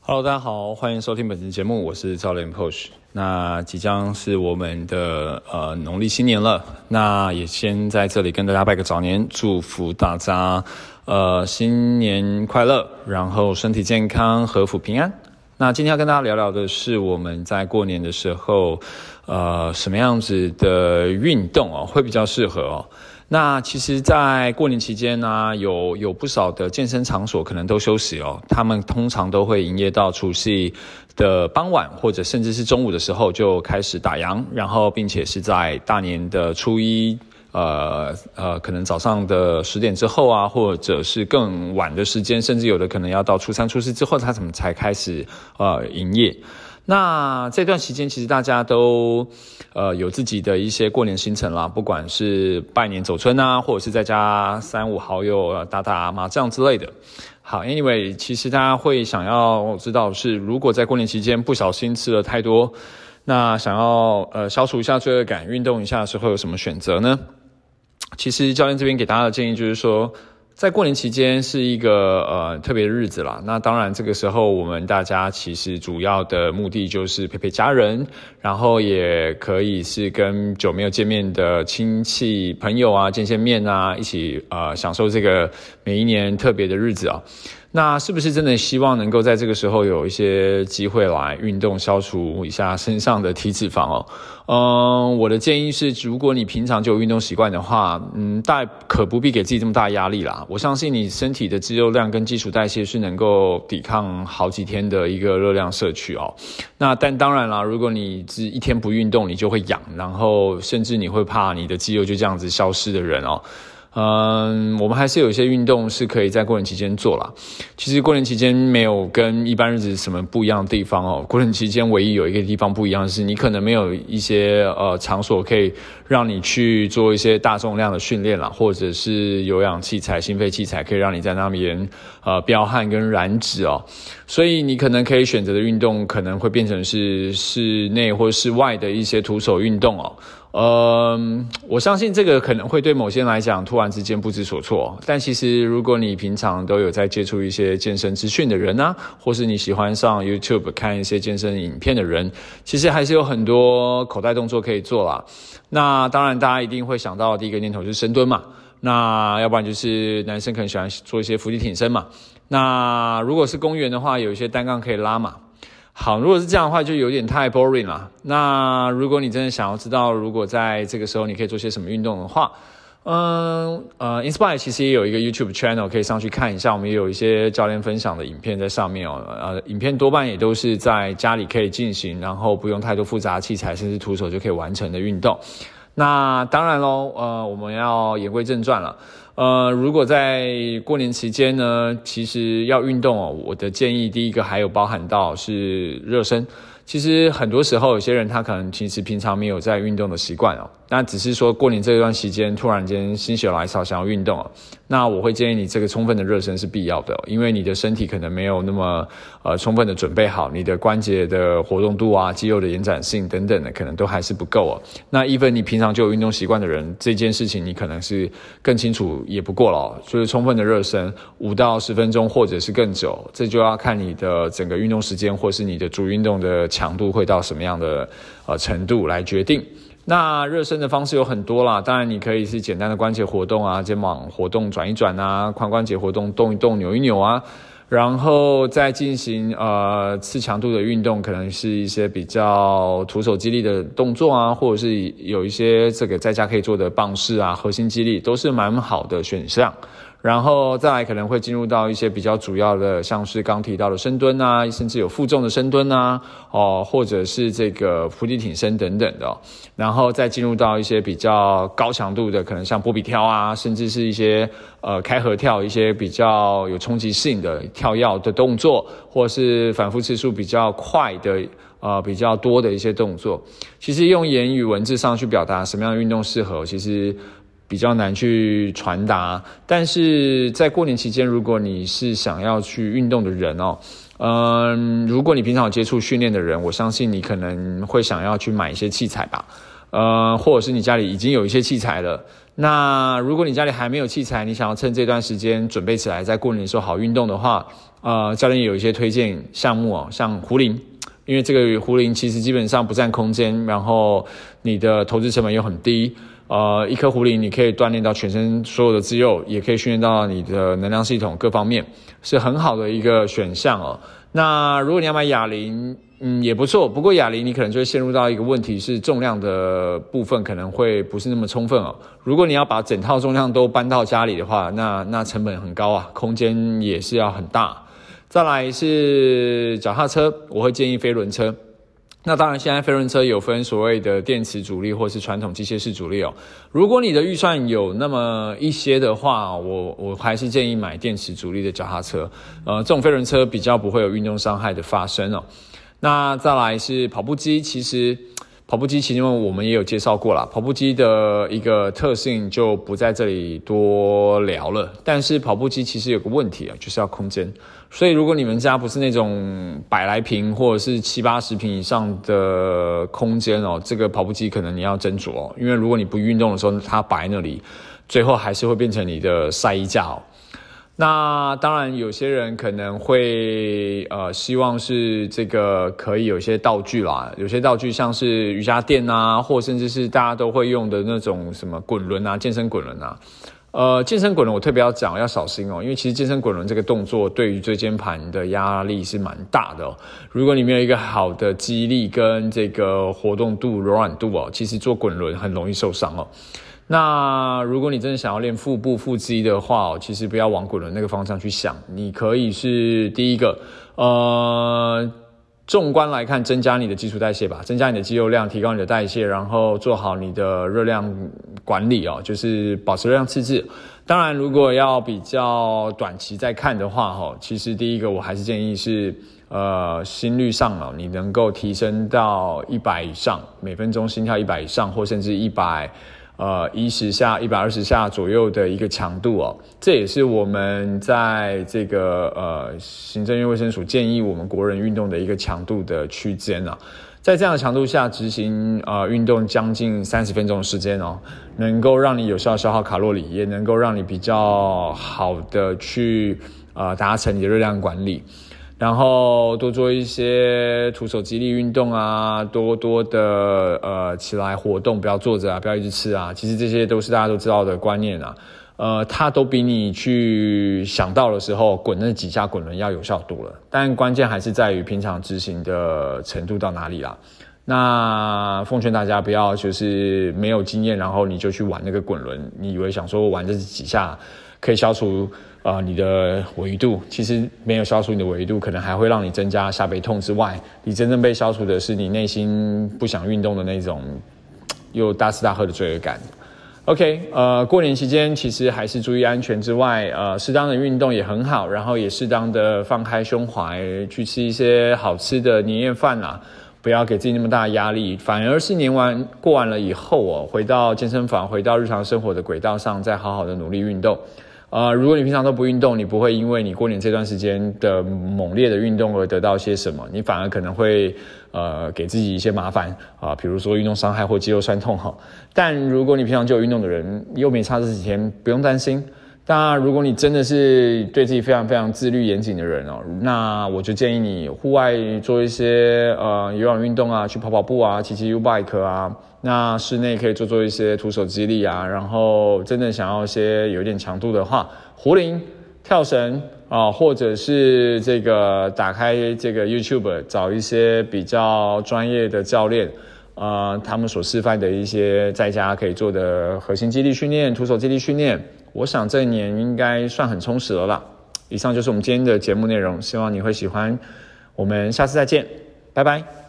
Hello， 大家好，欢迎收听本期节目，我是教练 Push。那即将是我们的农历新年了，那也先在这里跟大家拜个早年，祝福大家新年快乐，然后身体健康，阖福平安。那今天要跟大家聊聊的是我们在过年的时候什么样子的运动会比较适合那其实在过年期间呢，有不少的健身场所可能都休息他们通常都会营业到除夕的傍晚，或者甚至是中午的时候就开始打烊，然后并且是在大年的初一可能早上的10点之后或者是更晚的时间，甚至有的可能要到初三初四之后才开始营业。那这段期间其实大家都有自己的一些过年行程啦，不管是拜年走春或者是在家3-5好友打打麻将之类的。好 anyway， 其实大家会想要知道的是，如果在过年期间不小心吃了太多，那想要消除一下罪恶感，运动一下的时候有什么选择呢？其实教练这边给大家的建议就是说，在过年期间是一个特别的日子啦，那当然这个时候我们大家其实主要的目的就是陪陪家人，然后也可以是跟久没有见面的亲戚朋友见面一起享受这个每一年特别的日子那是不是真的希望能够在这个时候有一些机会来运动，消除一下身上的体脂肪我的建议是，如果你平常就有运动习惯的话，大可不必给自己这么大的压力啦。我相信你身体的肌肉量跟基础代谢是能够抵抗好几天的一个热量摄取那但当然啦，如果你只一天不运动，你就会痒，然后甚至你会怕你的肌肉就这样子消失的人我们还是有一些运动是可以在过年期间做啦。其实过年期间没有跟一般日子什么不一样的地方过年期间唯一有一个地方不一样的是，你可能没有一些场所可以让你去做一些大重量的训练啦，或者是有氧器材、心肺器材可以让你在那边飙汗跟燃脂所以你可能可以选择的运动可能会变成是室内或室外的一些徒手运动我相信这个可能会对某些人来讲突然之间不知所措，但其实如果你平常都有在接触一些健身资讯的人或是你喜欢上 YouTube 看一些健身影片的人，其实还是有很多口袋动作可以做啦。那当然大家一定会想到的第一个念头就是深蹲嘛，那要不然就是男生可能喜欢做一些伏地挺身嘛，那如果是公园的话，有一些单杠可以拉嘛。好，如果是这样的话就有点太 boring 了。那如果你真的想要知道如果在这个时候你可以做些什么运动的话Inspire 其实也有一个 YouTube channel 可以上去看一下，我们也有一些教练分享的影片在上面影片多半也都是在家里可以进行，然后不用太多复杂的器材，甚至徒手就可以完成的运动。那当然咯我们要言归正传了。如果在过年期间呢，其实要运动我的建议第一个还有包含到是热身。其实很多时候有些人他可能其实平常没有在运动的习惯那只是说过年这段期间突然间心血来潮想要运动那我会建议你这个充分的热身是必要的因为你的身体可能没有那么充分的准备好，你的关节的活动度肌肉的延展性等等的可能都还是不够那 even 你平常就有运动习惯的人，这件事情你可能是更清楚也不过了就是充分的热身5到10分钟或者是更久，这就要看你的整个运动时间或是你的主运动的强度会到什么样的程度来决定。那热身的方式有很多啦，当然你可以是简单的关节活动肩膀活动转一转髋关节活动动一动扭一扭然后再进行次强度的运动，可能是一些比较徒手肌力的动作或者是有一些这个在家可以做的棒式核心肌力都是蛮好的选项。然后再来可能会进入到一些比较主要的，像是刚提到的深蹲甚至有负重的深蹲或者是这个伏地挺身等等的然后再进入到一些比较高强度的，可能像波比跳甚至是一些开合跳，一些比较有冲击性的跳跃的动作，或是反复次数比较快的比较多的一些动作。其实用言语文字上去表达什么样的运动适合，其实比较难去传达，但是在过年期间，如果你是想要去运动的人如果你平常有接触训练的人，我相信你可能会想要去买一些器材吧，或者是你家里已经有一些器材了， 那如果你家里还没有器材，你想要趁这段时间准备起来，在过年的时候好运动的话，教练也有一些推荐项目哦，像壶铃，因为这个壶铃其实基本上不占空间，然后你的投资成本又很低，一颗壶铃你可以锻炼到全身所有的肌肉，也可以训练到你的能量系统各方面，是很好的一个选项哦。那如果你要买哑铃，也不错，不过哑铃你可能就会陷入到一个问题，是重量的部分可能会不是那么充分哦。如果你要把整套重量都搬到家里的话，那成本很高啊，空间也是要很大。再来是脚踏车，我会建议飞轮车。那当然现在飞轮车有分所谓的电池阻力或是传统机械式阻力哦。如果你的预算有那么一些的话，我还是建议买电池阻力的脚踏车。这种飞轮车比较不会有运动伤害的发生哦。那再来是跑步机，其实我们也有介绍过啦，跑步机的一个特性就不在这里多聊了。但是跑步机其实有个问题啊，就是要空间。所以如果你们家不是那种100来坪或者是70-80坪以上的空间哦，这个跑步机可能你要斟酌哦，因为如果你不运动的时候，它摆在那里，最后还是会变成你的晒衣架哦。那当然有些人可能会希望是这个可以有些道具啦，有些道具像是瑜伽垫啊，或甚至是大家都会用的那种什么滚轮啊，健身滚轮啊。健身滚轮我特别要讲要小心哦，因为其实健身滚轮这个动作对于椎间盘的压力是蛮大的哦。如果你没有一个好的肌力跟这个活动度、柔软度哦，其实做滚轮很容易受伤哦。那如果你真的想要练腹部腹肌的话哦，其实不要往滚轮那个方向去想，你可以是第一个纵观来看，增加你的基础代谢吧，增加你的肌肉量，提高你的代谢，然后做好你的热量管理哦，就是保持热量赤字。当然如果要比较短期再看的话哦，其实第一个我还是建议是心率上哦，你能够提升到100以上，每分钟心跳100以上，或甚至110下、120下左右的一个强度哦，这也是我们在这个行政院卫生署建议我们国人运动的一个强度的区间啊。在这样的强度下执行运动将近30分钟的时间哦，能够让你有效消耗卡路里，也能够让你比较好的去达成你的热量管理。然后多做一些徒手肌力运动啊，多多的起来活动，不要坐着啊，不要一直吃啊，其实这些都是大家都知道的观念啊。它都比你去想到的时候滚那几下滚轮要有效多了，但关键还是在于平常执行的程度到哪里啦。那奉劝大家不要就是没有经验，然后你就去玩那个滚轮，你以为想说玩这几下可以消除你的尾鱼度，其实没有消除你的尾鱼度，可能还会让你增加下背痛之外，你真正被消除的是你内心不想运动的那种又大吃大喝的罪恶感。OK， 过年期间其实还是注意安全之外，适当的运动也很好，然后也适当的放开胸怀，去吃一些好吃的年夜饭啦，不要给自己那么大的压力，反而是过完了以后哦，回到健身房，回到日常生活的轨道上，再好好的努力运动。如果你平常都不运动，你不会因为你过年这段时间的猛烈的运动而得到些什么，你反而可能会给自己一些麻烦比如说运动伤害或肌肉酸痛哈。但如果你平常就有运动的人，又没差这几天，不用担心。当然如果你真的是对自己非常非常自律严谨的人哦，那我就建议你户外做一些有氧运动啊，去跑跑步啊，骑 U-bike 啊，那室内可以做一些徒手肌力啊，然后真的想要一些有点强度的话，壶铃、跳绳或者是这个打开这个 YouTube 找一些比较专业的教练他们所示范的一些在家可以做的核心肌力训练、徒手肌力训练，我想这一年应该算很充实了啦。以上就是我们今天的节目内容，希望你会喜欢，我们下次再见，拜拜。